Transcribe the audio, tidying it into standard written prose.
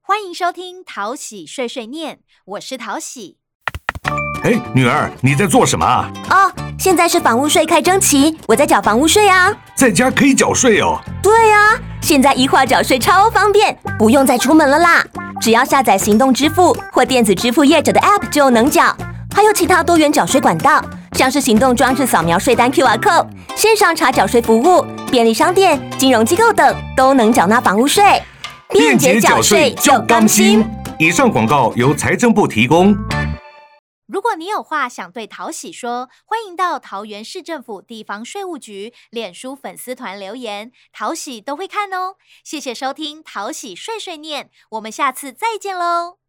欢迎收听淘喜碎碎念，我是淘喜。 哎，女儿，你在做什么啊？ 哦，现在是房屋税开征期，我在缴房屋税啊。 在家可以缴税哦。 对啊，现在1化缴税超方便，不用再出门了啦。只要下载行动支付或电子支付业者的 App 就能缴，还有其他多元缴税管道，像是行动装置扫描税单 QR Code、线上查缴税服务、便利商店、金融机构等都能缴纳房屋税， 便捷缴税就甘心。以上广告由财政部提供。 如果你有话想对淘喜说，欢迎到桃园市政府地方税务局脸书粉丝团留言，淘喜都会看哦。谢谢收听淘喜碎碎念，我们下次再见喽。